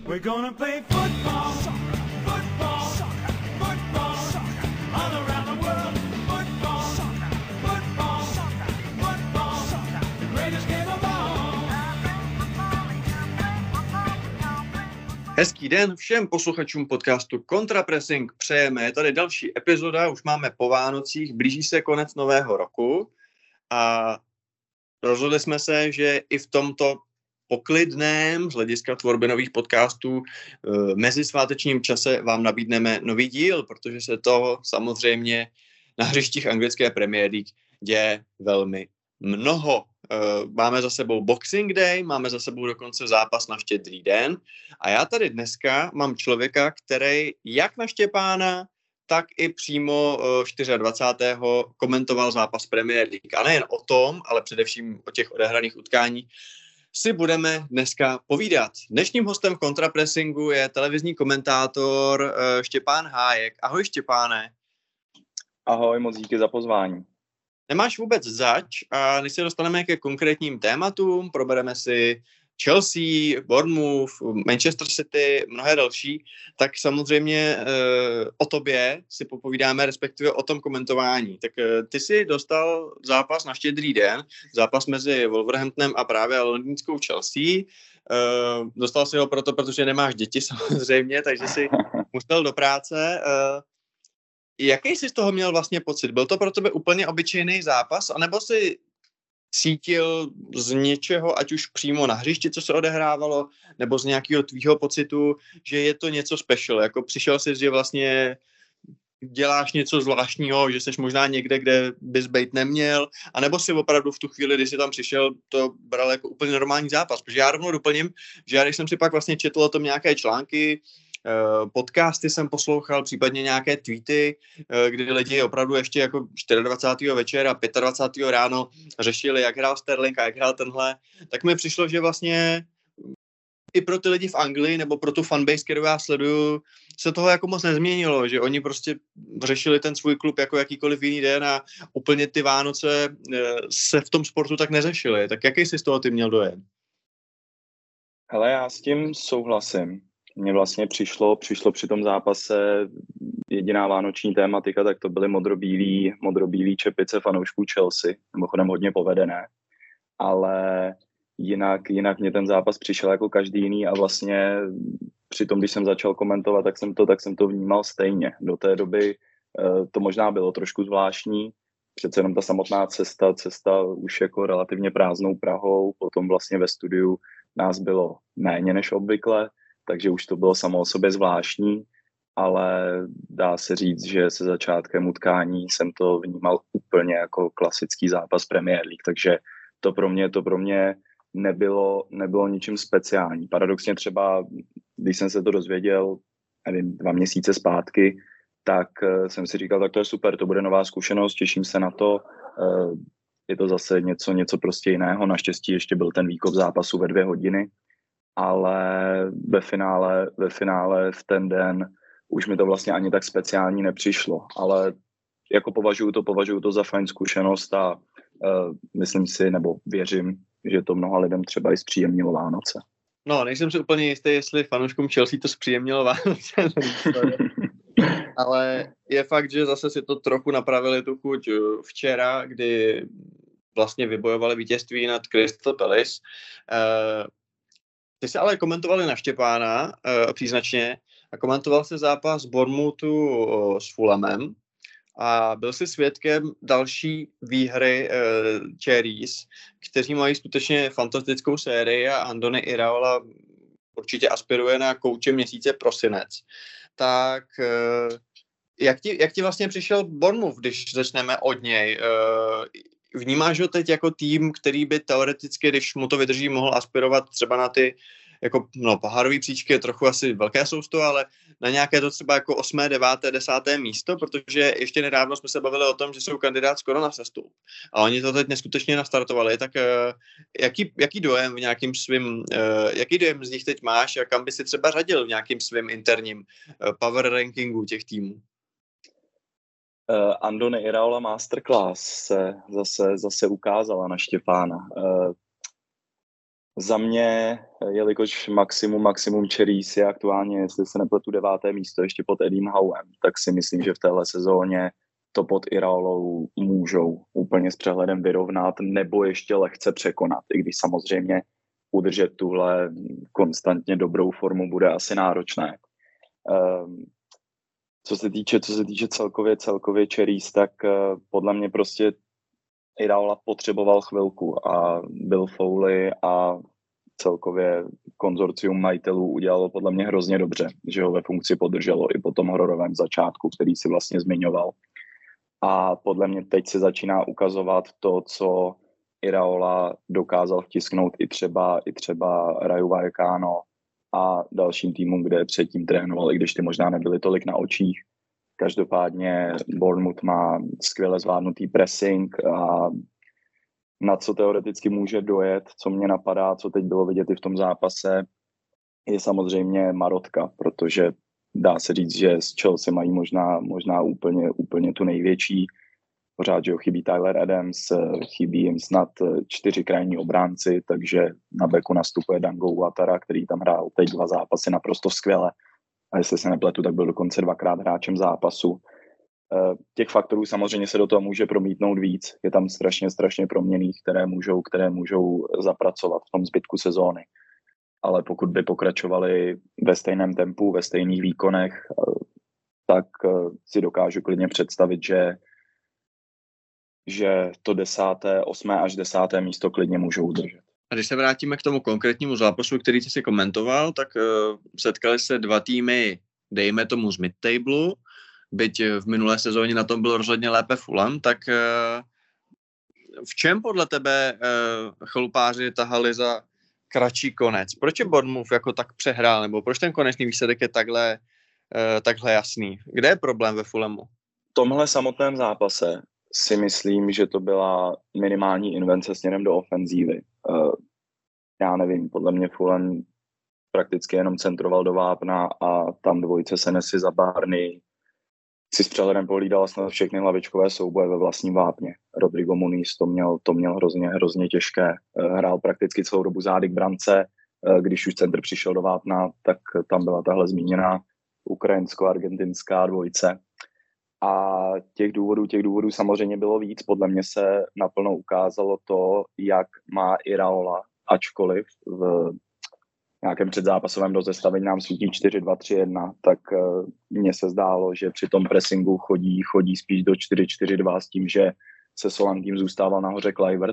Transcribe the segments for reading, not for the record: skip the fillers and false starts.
We're gonna play football, football, football, all around the world. Football, football, football, the greatest game of all. Hezký den všem posluchačům podcastu Kontrapressing přejeme. Je tady další epizoda, už máme po Vánocích, blíží se konec nového roku a rozhodli jsme se, že i v tomto poklidném z hlediska tvorby nových podcastů mezisvátečním čase vám nabídneme nový díl, protože se to samozřejmě na hřištích anglické Premier League děje velmi mnoho. Máme za sebou Boxing Day, máme za sebou dokonce zápas na Štědrý den a já tady dneska mám člověka, který jak na Štěpána, tak i přímo 24. komentoval zápas Premier League. A nejen o tom, ale především o těch odehraných utkání si budeme dneska povídat. Dnešním hostem v Kontrapressingu je televizní komentátor Štěpán Hájek. Ahoj Štěpáne. Ahoj, moc díky za pozvání. Nemáš vůbec zač a než se dostaneme ke konkrétním tématům, probereme si Chelsea, Bournemouth, Manchester City, mnohé další, tak samozřejmě o tobě si popovídáme, respektive o tom komentování. Tak ty si dostal zápas na Štědrý den, zápas mezi Wolverhamptonem a právě londýnskou Chelsea. Dostal si ho proto, protože nemáš děti samozřejmě, takže si musel do práce. Jaký jsi z toho měl vlastně pocit? Byl to pro tebe úplně obyčejný zápas, anebo si cítil z něčeho, ať už přímo na hřišti, co se odehrávalo, nebo z nějakého tvýho pocitu, že je to něco special? Jako přišel jsi, že vlastně děláš něco zvláštního, že jsi možná někde, kde bys být neměl, anebo si opravdu v tu chvíli, kdy jsi tam přišel, to bral jako úplně normální zápas? Protože já rovnou doplním, že já když jsem si pak vlastně četl o tom nějaké články, podcasty jsem poslouchal, případně nějaké tweety, kdy lidi opravdu ještě jako 24. večer a 25. ráno řešili, jak hrál Sterling a jak hrál tenhle, tak mi přišlo, že vlastně i pro ty lidi v Anglii nebo pro tu fanbase, kterou já sleduju, se toho jako moc nezměnilo, že oni prostě řešili ten svůj klub jako jakýkoliv jiný den a úplně ty Vánoce se v tom sportu tak neřešili. Tak jaký jsi z toho ty měl dojem? Hele, já s tím souhlasím. Mně vlastně přišlo při tom zápase jediná vánoční tématika, tak to byly modrobílý čepice fanoušků Chelsea, mimochodem hodně povedené, ale jinak mě ten zápas přišel jako každý jiný a vlastně při tom, když jsem začal komentovat, tak jsem to vnímal stejně. Do té doby to možná bylo trošku zvláštní, přece jenom ta samotná cesta už jako relativně prázdnou Prahou, potom vlastně ve studiu nás bylo méně než obvykle, takže už to bylo samo o sobě zvláštní, ale dá se říct, že se začátkem utkání jsem to vnímal úplně jako klasický zápas Premier League, takže to pro mě nebylo ničím speciální. Paradoxně třeba, když jsem se to dozvěděl, nevím, 2 měsíce zpátky, tak jsem si říkal, tak to je super, to bude nová zkušenost, těším se na to, je to zase něco prostě jiného, naštěstí ještě byl ten výkop zápasu ve 2 hodiny, ale ve finále v ten den už mi to vlastně ani tak speciální nepřišlo, ale jako považuju to za fajn zkušenost a myslím si, nebo věřím, že to mnoha lidem třeba i zpříjemnilo Vánoce. No, nejsem si úplně jistý, jestli fanouškům Chelsea to zpříjemnilo Vánoce, ale je fakt, že zase si to trochu napravili tu chuť včera, kdy vlastně vybojovali vítězství nad Crystal Palace. Ty jsi ale komentovali na Štěpána příznačně a komentoval se zápas Bournemouthu s Fulhamem a byl si svědkem další výhry Cherries, kteří mají skutečně fantastickou sérii a Andoni Iraola určitě aspiruje na kouče měsíce prosinec. Tak jak ti vlastně přišel Bournemouth, když začneme od něj? Vnímáš ho teď jako tým, který by teoreticky, když mu to vydrží, mohl aspirovat třeba na ty jako, pohárový příčky, je trochu asi velké sousto, ale na nějaké to třeba jako 8., 9., 10. místo, protože ještě nedávno jsme se bavili o tom, že jsou kandidát skoro na sestup. A oni to teď neskutečně nastartovali, tak jaký dojem v nějakým svým, jaký dojem z nich teď máš a kam by si třeba řadil v nějakým svým interním power rankingu těch týmů? Andoni Iraola Masterclass se zase ukázala na Štěpána. Za mě, jelikož maximum Cherries je aktuálně, jestli se nepletu, 9. místo ještě pod Eddiem Howem, tak si myslím, že v téhle sezóně to pod Iraolou můžou úplně s přehledem vyrovnat nebo ještě lehce překonat, i když samozřejmě udržet tuhle konstantně dobrou formu bude asi náročné. Co se týče celkově Cherries, tak podle mě prostě Iraola potřeboval chvilku a Bill Foley a celkově konzorcium majitelů udělalo podle mě hrozně dobře, že ho ve funkci podrželo i po tom hororovém začátku, který si vlastně zmiňoval. A podle mě teď se začíná ukazovat to, co Iraola dokázal vtisknout i třeba Rayo Vallecano a dalším týmům, kde předtím trénoval, i když ty možná nebyly tolik na očích. Každopádně Bournemouth má skvěle zvládnutý pressing a na co teoreticky může dojet, co mě napadá, co teď bylo vidět i v tom zápase, je samozřejmě marotka, protože dá se říct, že s Chelsea mají možná úplně tu největší. Pořád, že chybí Tyler Adams, chybí jim snad 4 krajní obránci, takže na beku nastupuje Dango Ouattara, který tam hrál teď 2 zápasy naprosto skvěle. A jestli se nepletu, tak byl dokonce 2krát hráčem zápasu. Těch faktorů samozřejmě se do toho může promítnout víc. Je tam strašně proměnných, které můžou zapracovat v tom zbytku sezóny. Ale pokud by pokračovali ve stejném tempu, ve stejných výkonech, tak si dokážu klidně představit, že to 8. až 10. místo klidně můžou udržet. A když se vrátíme k tomu konkrétnímu zápasu, který ty si komentoval, tak setkali se 2 týmy, dejme tomu z mid-tablu, byť v minulé sezóně na tom byl rozhodně lépe Fulham, tak v čem podle tebe chalupáři tahali za kratší konec? Proč je Bournemouth jako tak přehrál, nebo proč ten konečný výsledek je takhle jasný? Kde je problém ve Fulhamu? V tomhle samotném zápase si myslím, že to byla minimální invence směrem do ofenzívy. Já nevím, podle mě Fulham prakticky jenom centroval do vápna a tam dvojice Senesi za Barney si s přehledem pohlídala snad všechny hlavičkové souboje ve vlastním vápně. Rodrigo Muniz to měl hrozně těžké. Hrál prakticky celou dobu zády k brance. Když už centr přišel do vápna, tak tam byla tahle zmíněná ukrajinsko-argentinská dvojice. A těch důvodů samozřejmě bylo víc. Podle mě se naplno ukázalo to, jak má Iraola, ačkoliv v nějakém předzápasovém rozestavení nám svítí 4-2-3-1, tak mně se zdálo, že při tom pressingu chodí spíš do 4-4-2 s tím, že se Solankým zůstával nahoře Kluivert.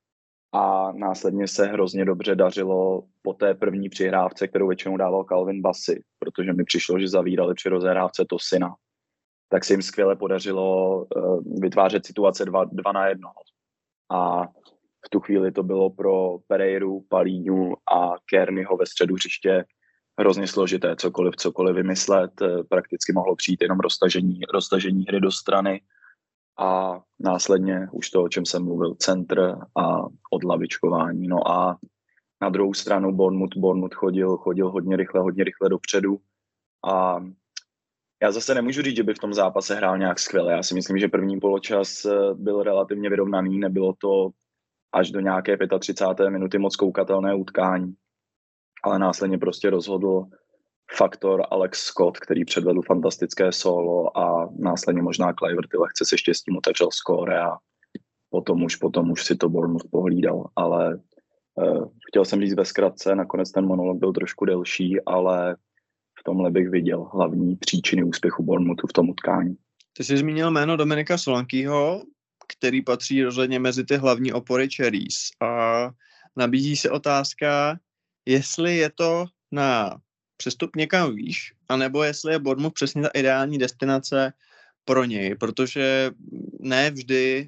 A následně se hrozně dobře dařilo po té první přihrávce, kterou většinou dával Calvin Bassey, protože mi přišlo, že zavírali při rozehrávce Tosina. Tak se jim skvěle podařilo vytvářet situace 2 na 1. A v tu chvíli to bylo pro Pereiru, Palíňu a Kearneyho ve středu hřiště hrozně složité. Cokoliv vymyslet, prakticky mohlo přijít jenom roztažení hry do strany a následně už to, o čem jsem mluvil, centr a odlavičkování. No a na druhou stranu Bournemouth chodil hodně rychle dopředu a já zase nemůžu říct, že by v tom zápase hrál nějak skvěle. Já si myslím, že první poločas byl relativně vyrovnaný, nebylo to až do nějaké 35. minuty moc koukatelné utkání. Ale následně prostě rozhodl faktor Alex Scott, který předvedl fantastické solo a následně možná Kluivert lehce se štěstím otevřel skóre a potom už si to Bournemouth pohlídal. Ale chtěl jsem říct ve zkratce, nakonec ten monolog byl trošku delší, ale v tomhle bych viděl hlavní příčiny úspěchu Bournemouthu v tom utkání. Ty jsi zmínil jméno Dominika Solankýho, který patří rozhodně mezi ty hlavní opory Cherries. A nabízí se otázka, jestli je to na přestup někam výš, anebo jestli je Bournemouth přesně ta ideální destinace pro něj, protože ne vždy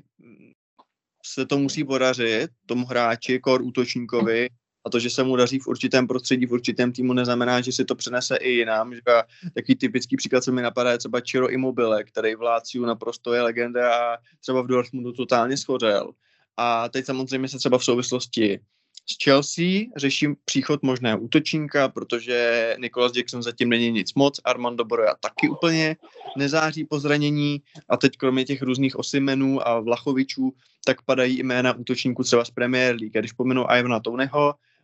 se to musí podařit tomu hráči, kor útočníkovi, a to, že se mu daří v určitém prostředí, v určitém týmu, neznamená, že si to přenese i jinam. Že takový typický příklad, co mi napadá, je třeba Ciro Immobile, který v Láciu naprosto je legenda a třeba v Dortmundu totálně schořel. A teď samozřejmě se třeba v souvislosti s Chelsea řeší příchod možného útočníka, protože Nicholas Jackson zatím není nic moc, Armando Broja taky úplně nezáří po zranění a teď kromě těch různých Osimhenů a Vlachovičů, tak padají jména útočníků třeba z Premier League. A když pominu Ivana Toneyho,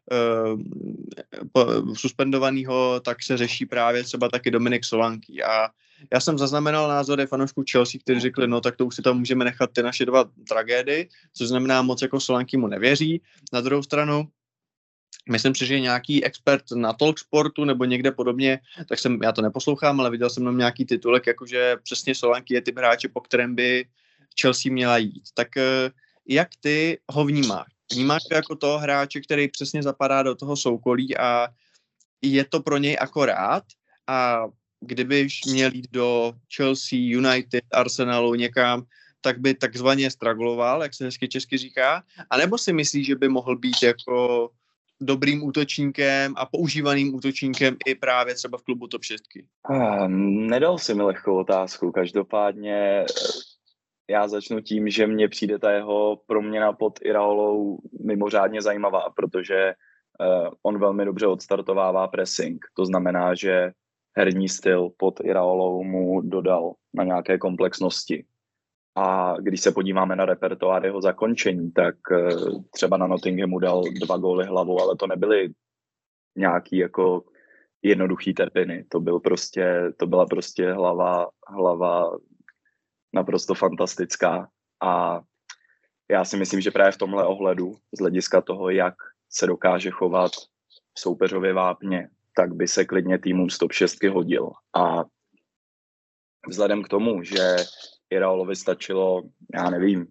suspendovanýho, tak se řeší právě třeba taky Dominik Solanke. A já jsem zaznamenal názory fanoušků Chelsea, kteří řekli, no tak to už si tam můžeme nechat ty naše dva tragédy, což znamená moc jako Solanke mu nevěří. Na druhou stranu, myslím si, že nějaký expert na Talksportu nebo někde podobně, tak já to neposlouchám, ale viděl jsem tam nějaký titulek, jakože přesně Solanke je typ hráče, po kterém by Chelsea měla jít. Tak jak ty ho vnímáš? Vnímáš to jako toho hráče, který přesně zapadá do toho soukolí a je to pro něj akorát a kdybyš měl jít do Chelsea, United, Arsenalu někam, tak by takzvaně stragloval, jak se hezky česky říká, anebo si myslíš, že by mohl být jako dobrým útočníkem a používaným útočníkem i právě třeba v klubu top 6? Nedal si mi lehkou otázku, každopádně já začnu tím, že mně přijde ta jeho proměna pod Iraolou mimořádně zajímavá, protože on velmi dobře odstartovává pressing. To znamená, že herní styl pod Iraolou mu dodal na nějaké komplexnosti. A když se podíváme na repertoár jeho zakončení, tak třeba na Nottinghamu dal 2 góly hlavou, ale to nebyly nějaký jako jednoduchý terpiny. To byla prostě hlava naprosto fantastická. A já si myslím, že právě v tomhle ohledu, z hlediska toho, jak se dokáže chovat v soupeřově vápně, tak by se klidně týmům z top 6 hodil. A vzhledem k tomu, že Iraolovi stačilo, já nevím,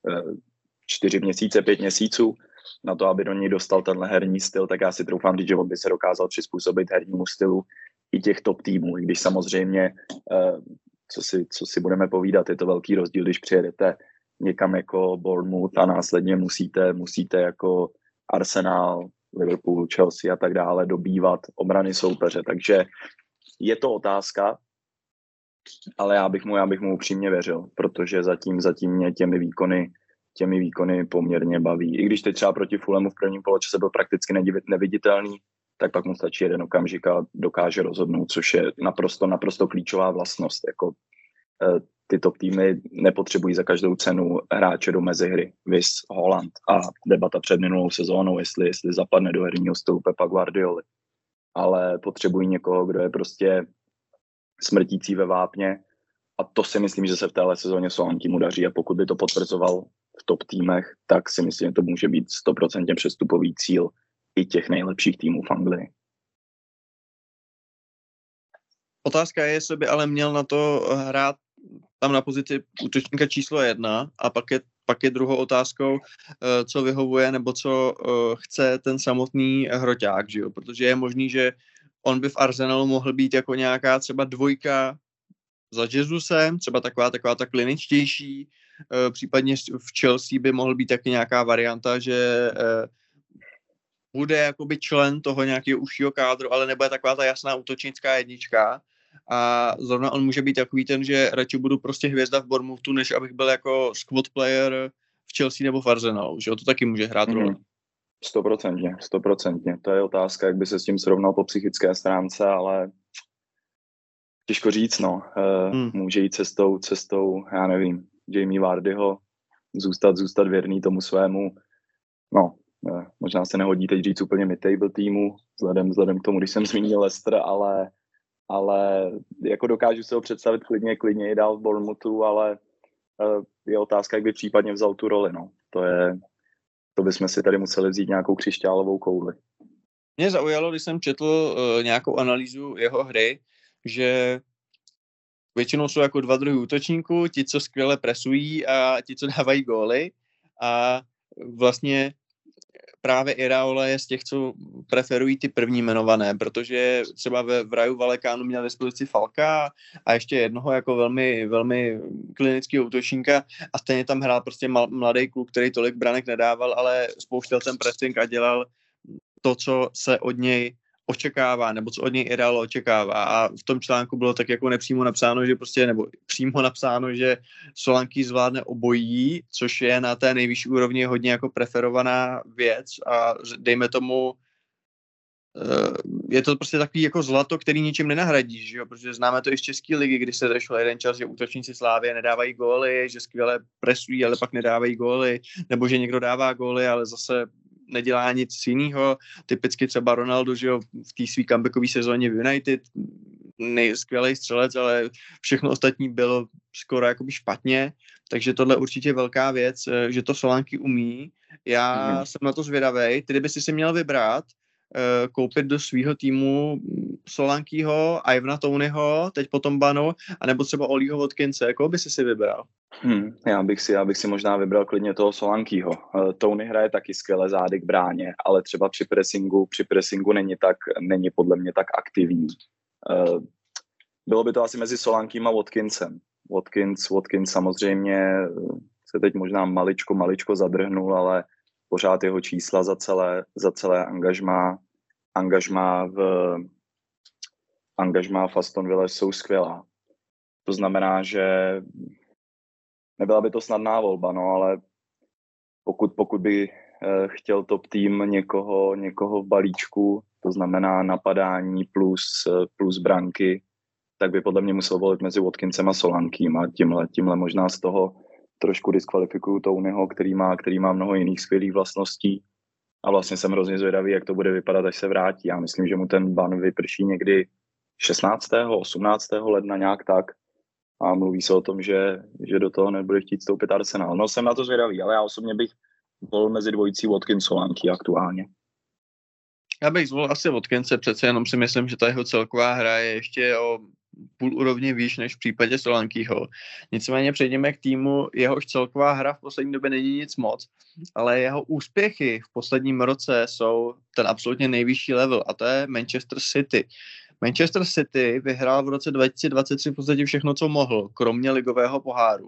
4 měsíce, 5 měsíců na to, aby do něj dostal tenhle herní styl, tak já si troufám říct, že on by se dokázal přizpůsobit hernímu stylu i těch top týmů, i když samozřejmě, co si budeme povídat, je to velký rozdíl, když přijedete někam jako Bournemouth a následně musíte jako Arsenal, Liverpool, Chelsea a tak dále dobývat obrany soupeře, takže je to otázka, ale já bych mu upřímně věřil, protože zatím mě těmi výkony poměrně baví. I když teď třeba proti Fulhamu v prvním poločase byl prakticky neviditelný, tak pak mu stačí jeden okamžik a dokáže rozhodnout, což je naprosto klíčová vlastnost. Jako, ty top týmy nepotřebují za každou cenu hráče do mezihry, vis Haaland a debata před minulou sezónou, jestli zapadne do herního stylu Pepa Guardioli. Ale potřebují někoho, kdo je prostě smrtící ve vápně a to si myslím, že se v téhle sezóně Solanke daří a pokud by to potvrzoval v top týmech, tak si myslím, že to může být 100% přestupový cíl i těch nejlepších týmů v Anglii. Otázka je, jestli by ale měl na to hrát tam na pozici útočníka číslo 1 a pak je druhou otázkou, co vyhovuje nebo co chce ten samotný hroťák, že jo? Protože je možný, že on by v Arsenalu mohl být jako nějaká třeba dvojka za Jesusem, třeba taková ta kliničtější, případně v Chelsea by mohl být taky nějaká varianta, že bude jakoby člen toho nějakého užšího kádru, ale nebude taková ta jasná útočnická jednička. A zrovna on může být takový ten, že radši budu prostě hvězda v Bournemouthu, než abych byl jako squad player v Chelsea nebo v Arsenalu, že to taky může hrát roli. 100%. To je otázka, jak by se s tím srovnal po psychické stránce, ale těžko říct, no. Může jít cestou, já nevím, Jamie Vardyho, zůstat věrný tomu svému, no, možná se nehodí teď říct úplně mid-table týmu, vzhledem k tomu, když jsem zmínil Leicester, ale jako dokážu se ho představit klidně i dál v Bournemouthu, ale je otázka, jak by případně vzal tu roli, no. To bychom si tady museli vzít nějakou křišťálovou kouli. Mě zaujalo, když jsem četl nějakou analýzu jeho hry, že většinou jsou jako 2 druhy útočníků, ti, co skvěle presují a ti, co dávají góly. A vlastně právě Iraola je z těch, co preferují ty první jmenované, protože třeba v Rayu Vallecanu měl v dispozici Falka a ještě jednoho jako velmi, velmi klinického útočníka a stejně tam hrál prostě mladý kluk, který tolik branek nedával, ale spouštěl ten pressing a dělal to, co se od něj očekává, nebo co od něj Iraola očekává. A v tom článku bylo tak jako nepřímo napsáno, že prostě, nebo přímo napsáno, že Solanke zvládne obojí, což je na té nejvyšší úrovni hodně jako preferovaná věc a dejme tomu, je to prostě takový jako zlato, který ničím nenahradíš, že jo? Protože známe to i z české ligy, kdy se zašel jeden čas, že útočníci Slávie nedávají góly, že skvěle presují, ale pak nedávají góly, nebo že někdo dává góly, ale zase nedělá nic jiného. Typicky třeba Ronaldo, že jo, v té svý comebackové sezóně v United, skvělý střelec, ale všechno ostatní bylo skoro jakoby špatně, takže tohle určitě velká věc, že to Solanke umí. Já jsem na to zvědavej. Ty, kdyby si měl vybrat, koupit do svého týmu Solankeho, Ivana Toneyho, teď potom Banu, anebo třeba Ollieho Watkinse, jako by si vybral? Já bych si možná vybral klidně toho Solankeho. Toney hraje taky skvěle zády k bráně, ale třeba při pressingu není podle mě tak aktivní. Bylo by to asi mezi Solankem a Watkinsem. Watkins samozřejmě se teď možná maličko zadrhnul, ale pořád jeho čísla za celé angažmá v Aston Villa jsou skvělá. To znamená, že nebyla by to snadná volba, no, ale pokud by chtěl top tým někoho v balíčku, to znamená napadání plus branky, tak by podle mě musel volit mezi Watkinsem a Solankem a tímhle možná z toho trošku diskvalifikuju Toneyho, který má mnoho jiných skvělých vlastností a vlastně jsem hrozně zvědavý, jak to bude vypadat, až se vrátí. Já myslím, že mu ten ban vyprší někdy 16. 18. ledna nějak tak a mluví se o tom, že do toho nebude chtít vstoupit Arsenal. No, jsem na to zvědavý, ale já osobně bych volil mezi dvojicí Watkins-Solanke aktuálně. Já bych zvolil asi Watkinse, přece jenom si myslím, že ta jeho celková hra je ještě o půl úrovně výš než v případě Solankeho. Nicméně přejdeme k týmu, jehož celková hra v poslední době není nic moc, ale jeho úspěchy v posledním roce jsou ten absolutně nejvyšší level a to je Manchester City. Manchester City vyhrál v roce 2023 v podstatě všechno, co mohl, kromě ligového poháru.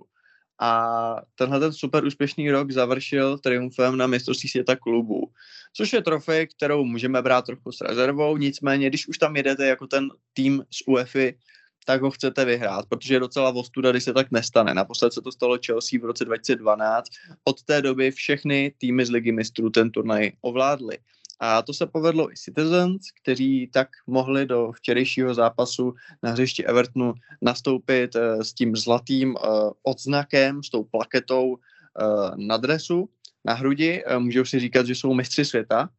A tenhle ten super úspěšný rok završil triumfem na mistrovství světa klubů, což je trofej, kterou můžeme brát trochu s rezervou, nicméně, když už tam jedete jako ten tým z UEFA, tak ho chcete vyhrát, protože je docela ostuda, když se tak nestane. Naposled se to stalo Chelsea v roce 2012, od té doby všechny týmy z ligy mistrů ten turnaj ovládly. A to se povedlo i Citizens, kteří tak mohli do včerejšího zápasu na hřišti Evertonu nastoupit s tím zlatým odznakem, s tou plaketou na dresu, na hrudi. Můžou si říkat, že jsou mistři světa.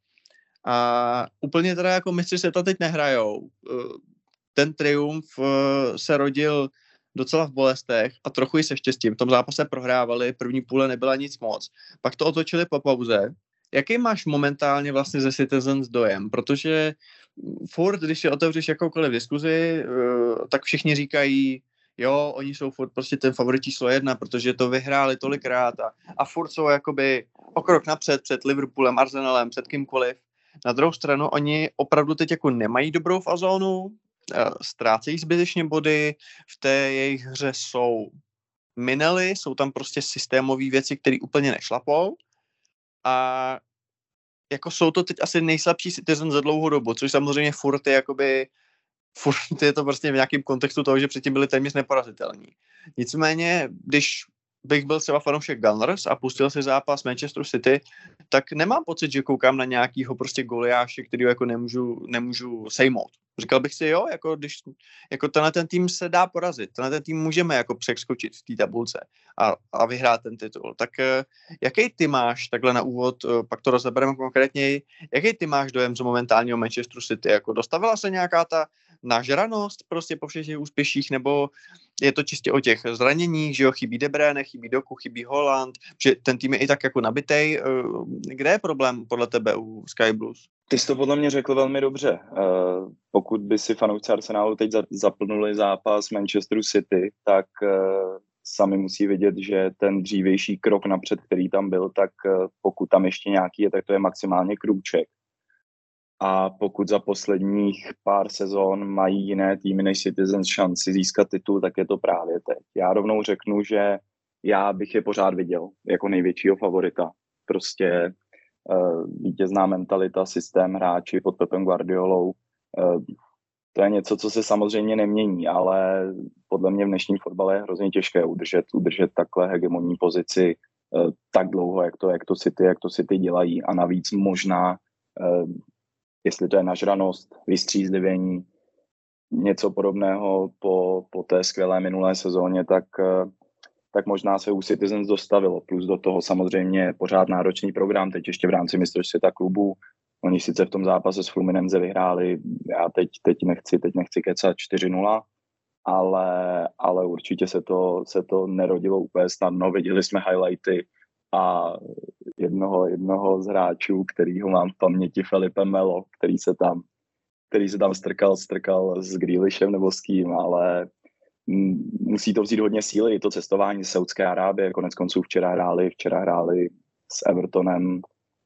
A úplně teda jako mistři světa teď nehrajou. Ten triumf se rodil docela v bolestech a trochu i se štěstím. V tom zápase prohrávali, první půle nebyla nic moc. Pak to otočili po pauze. Jaký máš momentálně vlastně ze Citizens dojem? Protože furt, když si otevřeš jakoukoliv diskuzi, tak všichni říkají, jo, oni jsou furt prostě ten favorit číslo 1, protože to vyhráli tolikrát a furt jsou jakoby o krok napřed před Liverpoolem, Arsenalem, před kýmkoliv. Na druhou stranu, oni opravdu teď jako nemají dobrou fazónu, ztrácejí zbytečně body, v té jejich hře jsou minely, jsou tam prostě systémové věci, které úplně nešlapou. A jako jsou to teď asi nejslabší Citizen za dlouhou dobu, což samozřejmě furt je to prostě v nějakém kontextu toho, že předtím byli téměř neporazitelní. Nicméně, když bych byl třeba fanoušek Gunners a pustil si zápas Manchester City, tak nemám pocit, že koukám na nějakýho prostě goliáše, kterýho jako nemůžu sejmout. Říkal bych si, jo, jako tenhle ten tým se dá porazit, tenhle ten tým můžeme jako přeskočit v té tabulce a vyhrát ten titul. Tak jaký ty máš, takhle na úvod, pak to rozebereme konkrétněji, jaký ty máš dojem z momentálního Manchesteru City? Jako dostavila se nějaká ta nažranost prostě po všech těch úspěších, nebo je to čistě o těch zraněních, že jo, chybí De Bruyne, chybí Doku, chybí Haaland, že ten tým je i tak jako nabitej. Kde je problém podle tebe u Sky Blues? Ty jsi to podle mě řekl velmi dobře. Pokud by si fanoušci Arsenalu teď zaplnuli zápas Manchesteru City, tak sami musí vidět, že ten dřívější krok napřed, který tam byl, tak pokud tam ještě nějaký je, tak to je maximálně krůček. A pokud za posledních pár sezon mají jiné týmy než Citizens šanci získat titul, tak je to právě teď. Já rovnou řeknu, že já bych je pořád viděl jako největšího favorita. Prostě vítězná mentalita, systém, hráči pod Pepem Guardiolou, to je něco, co se samozřejmě nemění, ale podle mě v dnešním fotbale je hrozně těžké udržet takhle hegemonní pozici tak dlouho, jak to City dělají a navíc možná jestli to je nažranost, vystřízlivění, něco podobného po té skvělé minulé sezóně, tak tak možná se u Citizens dostavilo. Plus do toho samozřejmě pořád náročný program, teď ještě v rámci mistrovství světa klubů. Oni sice v tom zápase s Fluminense vyhráli, já teď nechci kecat 4-0, ale určitě se to nerodilo úplně snadno. Viděli jsme highlighty a jednoho z hráčů, kterýho mám v paměti, Felipe Melo, který se tam strkal s Grealishem nebo s kým, ale musí to vzít hodně síly, i to cestování z Saudské Arábie, konec konců včera hráli s Evertonem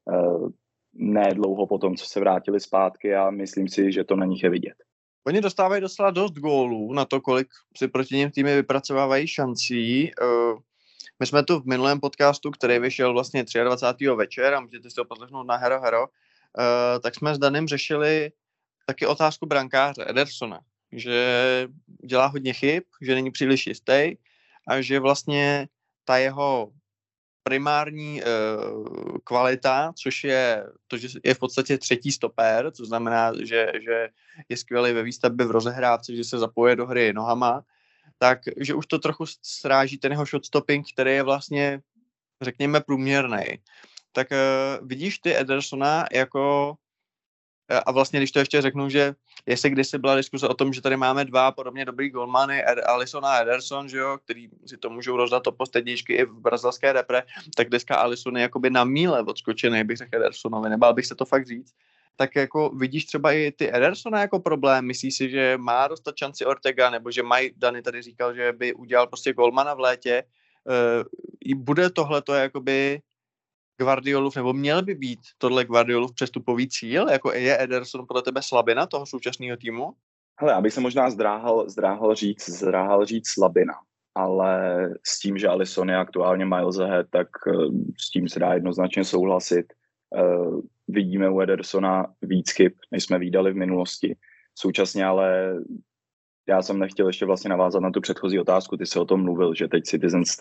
ne dlouho po tom, co se vrátili zpátky a myslím si, že to na nich je vidět. Oni dostávají docela dost gólů na to, kolik si proti nim týmy vypracovávají šancí. My jsme tu v minulém podcastu, který vyšel vlastně 23. večer a můžete si to poslechnout na Hero, tak jsme s Danem řešili taky otázku brankáře Edersona, že dělá hodně chyb, že není příliš jistý a že vlastně ta jeho primární kvalita, což je to, že je v podstatě třetí stoper, což znamená, že je skvělý ve výstavbě v rozehrávce, že se zapoje do hry nohama, tak že už to trochu sráží ten jeho shot stopping, který je vlastně, řekněme, průměrný. Tak vidíš ty Edersona jako, a vlastně když to ještě řeknu, že jestli kdysi byla diskuse o tom, že tady máme dva podobně dobrý golmany, Alisson a Ederson, že jo, který si to můžou rozdat o postedíčky i v brazilské repre, tak dneska Alisson je jakoby na míle odskočený, bych řekl Edersonovi, nebál bych se to fakt říct. Tak jako vidíš třeba i ty Edersona jako problém, myslíš si, že má dostat šanci Ortega, nebo že Dani tady říkal, že by udělal prostě golmana v létě, bude tohleto jakoby Guardiolův, nebo měl by být tohle Guardiolův přestupový cíl, jako je Ederson podle tebe slabina toho současného týmu? Hele, abych se možná zdráhal říct slabina, ale s tím, že Alisson je aktuálně miles ahead, tak s tím se dá jednoznačně souhlasit. Vidíme u Edersona víc chyb, než jsme vídali v minulosti. Současně ale já jsem nechtěl ještě vlastně navázat na tu předchozí otázku, ty jsi o tom mluvil, že teď Citizens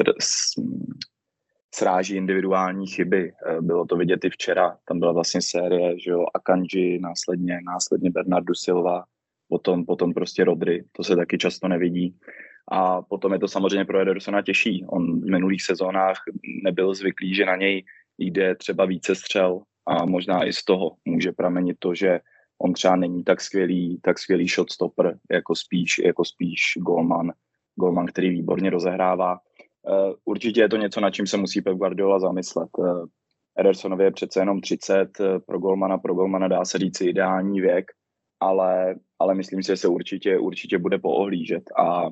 sráží individuální chyby. Bylo to vidět i včera, tam byla vlastně série, že jo, Akanji, následně Bernardo Silva, potom prostě Rodri, to se taky často nevidí. A potom je to samozřejmě pro Edersona těžší. On v minulých sezónách nebyl zvyklý, že na něj jde třeba více střel a možná i z toho může pramenit to, že on třeba není tak skvělý shotstopper, jako spíš golman, který výborně rozehrává. Určitě je to něco, na čím se musí Pep Guardiola zamyslet. Edersonovi je přece jenom 30, pro golmana dá se říct ideální věk, ale myslím si, že se určitě bude poohlížet a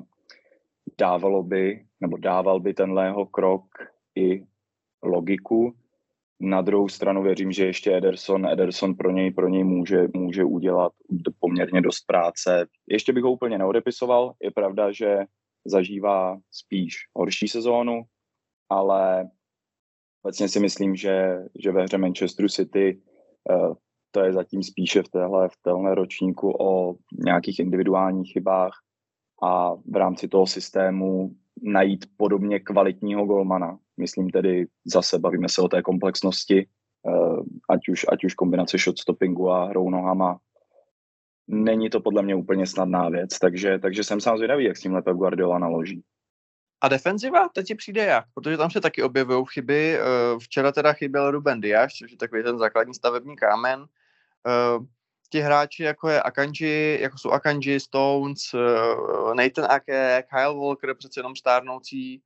dával by tenhle jeho krok i logiku. Na druhou stranu věřím, že ještě Ederson pro něj může udělat poměrně dost práce. Ještě bych ho úplně neodepisoval. Je pravda, že zažívá spíš horší sezónu, ale vlastně si myslím, že ve hře Manchesteru City to je zatím spíše v téhle ročníku o nějakých individuálních chybách a v rámci toho systému najít podobně kvalitního golmana. Myslím tedy zase, bavíme se o té komplexnosti, ať už kombinace shotstoppingu a hrou nohama. Není to podle mě úplně snadná věc, takže jsem sám zvědavý, jak s tímhle Pep Guardiola naloží. A defenziva, teď ti přijde jak? Protože tam se taky objevují chyby. Včera teda chyběl Ruben Dias, což je takový ten základní stavební kámen. Ti hráči, jako jsou Akanji, Stones, Nathan Ake, Kyle Walker, přece jenom stárnoucí.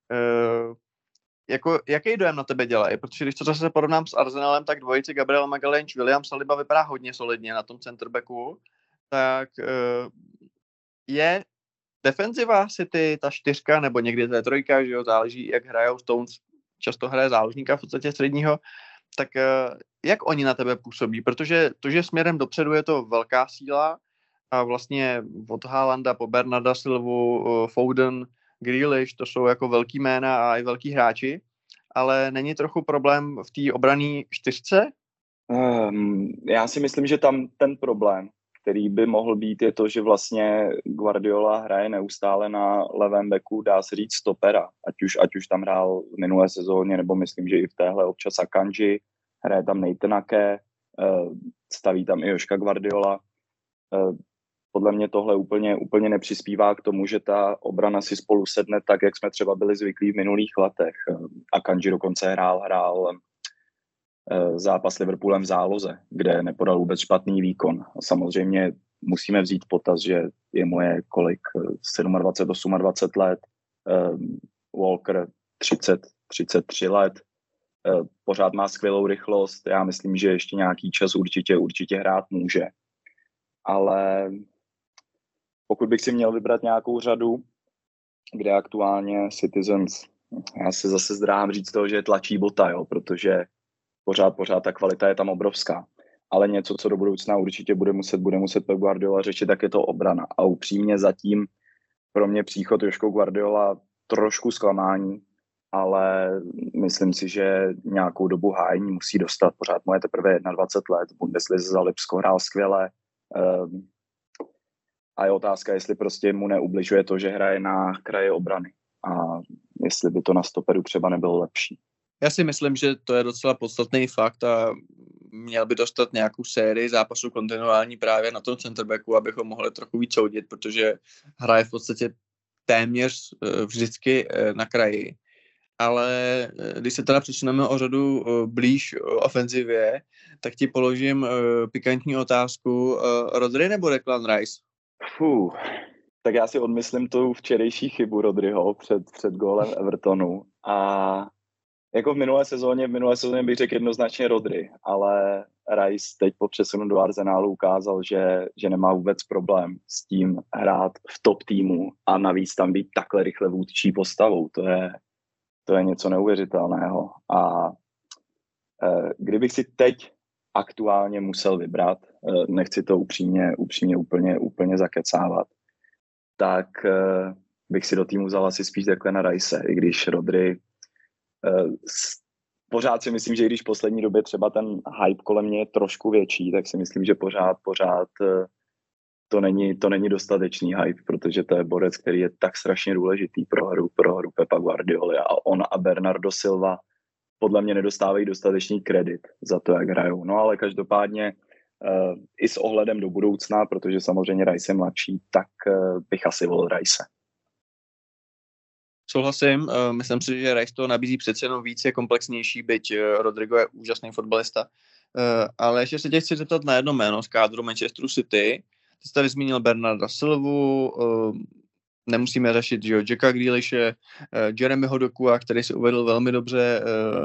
Jaký dojem na tebe dělají? Protože když to zase porovnám s Arsenalem, tak dvojice Gabriel Magalhães, William Saliba vypadá hodně solidně na tom centerbacku. Tak je defenziva City ta 4 nebo někdy to je 3, že jo, záleží, jak hrajou. Stones často hraje záložníka v podstatě středního. Tak jak oni na tebe působí? Protože to, že směrem dopředu je to velká síla a vlastně od Haalanda po Bernarda Silvu, Foden, Grealish, to jsou jako velký jména a i velký hráči, ale není trochu problém v té obranné 4? Já si myslím, že tam ten problém, který by mohl být, je to, že vlastně Guardiola hraje neustále na levém beku, dá se říct stopera, ať už tam hrál v minulé sezóně, nebo myslím, že i v téhle občas Akanji, hraje tam Nathan Ake, staví tam i Joška Guardiola. podle mě tohle úplně nepřispívá k tomu, že ta obrana si spolu sedne tak, jak jsme třeba byli zvyklí v minulých letech. Akanji dokonce hrál zápas s Liverpoolem v záloze, kde nepodal vůbec špatný výkon. A samozřejmě musíme vzít potaz, že je moje 27, 28 let, Walker 33 let, pořád má skvělou rychlost, já myslím, že ještě nějaký čas určitě hrát může. Ale pokud bych si měl vybrat nějakou řadu, kde aktuálně Citizens, já se zase zdráhám říct toho, že tlačí bota, jo, protože pořád ta kvalita je tam obrovská. Ale něco, co do budoucna určitě bude muset Pep Guardiola řešit, tak je to obrana. A upřímně zatím pro mě příchod Jožko Guardiola trošku zklamání, ale myslím si, že nějakou dobu hájení musí dostat. Pořád mu je teprve 21 let, v Bundeslize za Lipsko hrál skvěle. A je otázka, jestli prostě mu neubližuje to, že hraje na kraji obrany. A jestli by to na stoperu třeba nebylo lepší. Já si myslím, že to je docela podstatný fakt a měl by dostat nějakou sérii zápasů kontinuální právě na tom centerbacku, abychom mohli trochu víc soudit, protože hraje v podstatě téměř vždycky na kraji. Ale když se teda přesuneme o řadu blíž ofenzivě, tak ti položím pikantní otázku. Rodri nebo Declan Rice? Tak já si odmyslím tu včerejší chybu Rodriho před gólem Evertonu. A jako v minulé sezóně bych řekl jednoznačně Rodri, ale Rice teď po přesunu do Arsenalu ukázal, že nemá vůbec problém s tím hrát v top týmu a navíc tam být takhle rychle vůdčí postavou. To je něco neuvěřitelného. A kdybych si teď aktuálně musel vybrat, nechci to upřímně úplně zakecávat, tak bych si do týmu vzal asi spíš Declana Rice, i když Rodri pořád si myslím, že když v poslední době třeba ten hype kolem mě je trošku větší, tak si myslím, že pořád to není dostatečný hype, protože to je borec, který je tak strašně důležitý pro hru Pepa Guardioly a on a Bernardo Silva podle mě nedostávají dostatečný kredit za to, jak hrajou. No ale každopádně i s ohledem do budoucna, protože samozřejmě Rice je mladší, tak bych asi volil Rice. Souhlasím, myslím si, že Rice to nabízí přece jenom víc, je komplexnější, byť Rodrigo je úžasný fotbalista. Ale ještě se tě chci zeptat na jedno jméno z kádru Manchesteru City. Ty jsi tady zmínil Bernarda Silvu, nemusíme řešit, že Jacka Grealishe, Jeremyho Dokua, který se uvedl velmi dobře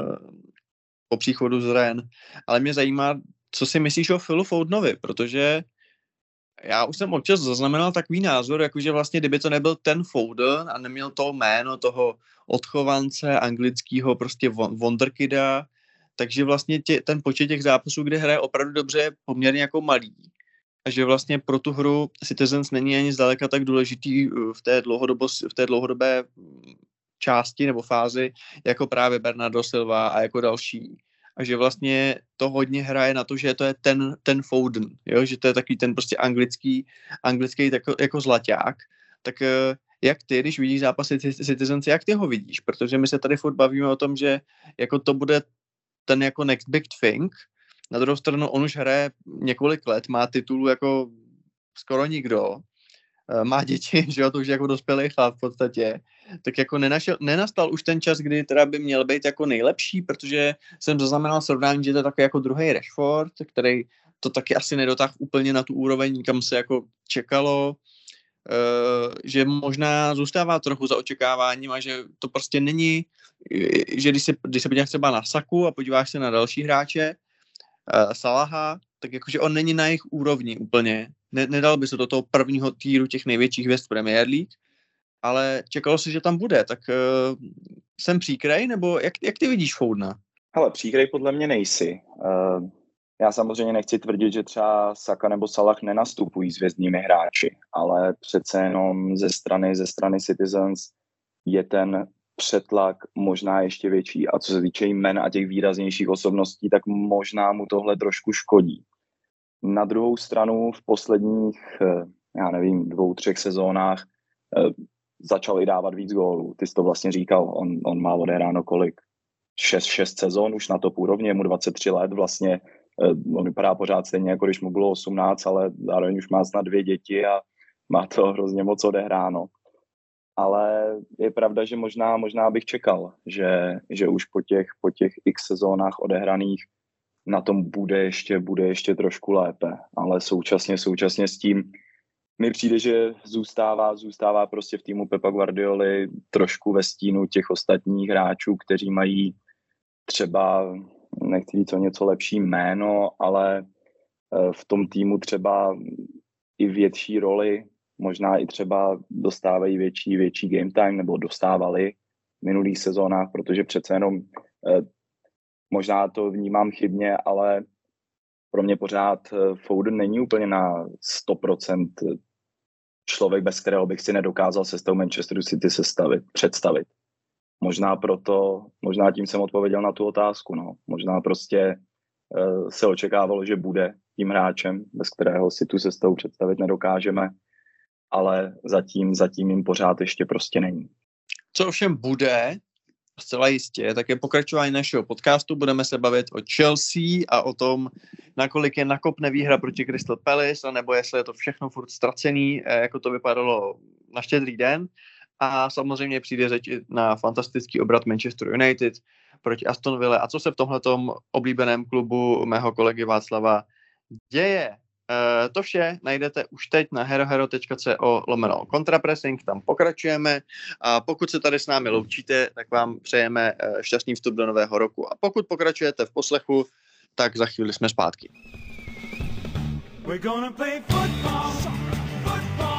po příchodu z Rennes. Ale mě zajímá, co si myslíš o Philu Foudenovi, protože já už jsem občas zaznamenal takový názor, jakože vlastně kdyby to nebyl ten Foden a neměl to jméno toho odchovance anglického prostě wonderkida, takže vlastně ten počet těch zápasů, kde hraje opravdu dobře, je poměrně jako malý. A že vlastně pro tu hru Citizens není ani zdaleka tak důležitý v té dlouhodobé části nebo fázi, jako právě Bernardo Silva a jako další. A že vlastně to hodně hraje na to, že to je ten Foden, jo? Že to je takový ten prostě anglický jako zlaťák. Tak jak ty, když vidíš zápasy Citizens, jak ty ho vidíš? Protože my se tady furt bavíme o tom, že jako to bude ten jako next big thing. Na druhou stranu on už hraje několik let, má titulu jako skoro nikdo, má děti, že jo, to už jako dospělý chlap v podstatě, tak jako nenastal už ten čas, kdy teda by měl být jako nejlepší, protože jsem zaznamenal srovnání, že to je takový jako druhý Rashford, který to taky asi nedotáhl úplně na tu úroveň, kam se jako čekalo, že možná zůstává trochu za očekáváním a že to prostě není, že když se podíváš třeba na Saku a podíváš se na další hráče, Salaha, tak jakože on není na jejich úrovni úplně. Nedal by se do toho prvního týru těch největších hvězd Premier League, ale čekalo se, že tam bude, tak jsem příkrej, nebo jak ty vidíš Foudena? Hele, příkrej podle mě nejsi. Já samozřejmě nechci tvrdit, že třeba Saka nebo Salah nenastupují s hvězdnými hráči, ale přece jenom ze strany Citizens je ten přetlak možná ještě větší a co se týče jmen a těch výraznějších osobností, tak možná mu tohle trošku škodí. Na druhou stranu v posledních, 2-3 sezónách začal i dávat víc gólů. Ty jsi to vlastně říkal, on má odehráno kolik? 6 sezón už na top úrovni, je mu 23 let, vlastně On vypadá pořád stejně, jako když mu bylo 18, ale zároveň už má snad 2 děti a má to hrozně moc odehráno. Ale je pravda, že možná bych čekal, že už po těch x sezónách odehraných na tom bude ještě trošku lépe. Ale současně s tím mi přijde, že zůstává prostě v týmu Pepa Guardioli trošku ve stínu těch ostatních hráčů, kteří mají třeba, nechci říct o něco lepší jméno, ale v tom týmu třeba i větší roli, možná i třeba dostávají větší game time, nebo dostávali v minulých sezónách, protože přece jenom možná to vnímám chybně, ale pro mě pořád Foden není úplně na 100% člověk, bez kterého bych si nedokázal sestavu Manchesteru City představit. Možná tím jsem odpověděl na tu otázku. No. Možná prostě se očekávalo, že bude tím hráčem, bez kterého si tu sestavu představit nedokážeme, ale zatím jim pořád ještě prostě není. Co ovšem bude, zcela jistě, tak je pokračování našeho podcastu. Budeme se bavit o Chelsea a o tom, nakolik je nakopne výhra proti Crystal Palace, anebo jestli je to všechno furt ztracený, jako to vypadalo na Štědrý den. A samozřejmě přijde řeč na fantastický obrat Manchester United proti Aston Ville. A co se v tomhletom oblíbeném klubu mého kolegy Václava děje? To vše najdete už teď na herohero.co/kontrapressing, tam pokračujeme a pokud se tady s námi loučíte, tak vám přejeme šťastný vstup do nového roku a pokud pokračujete v poslechu, tak za chvíli jsme zpátky. We're gonna play football, football.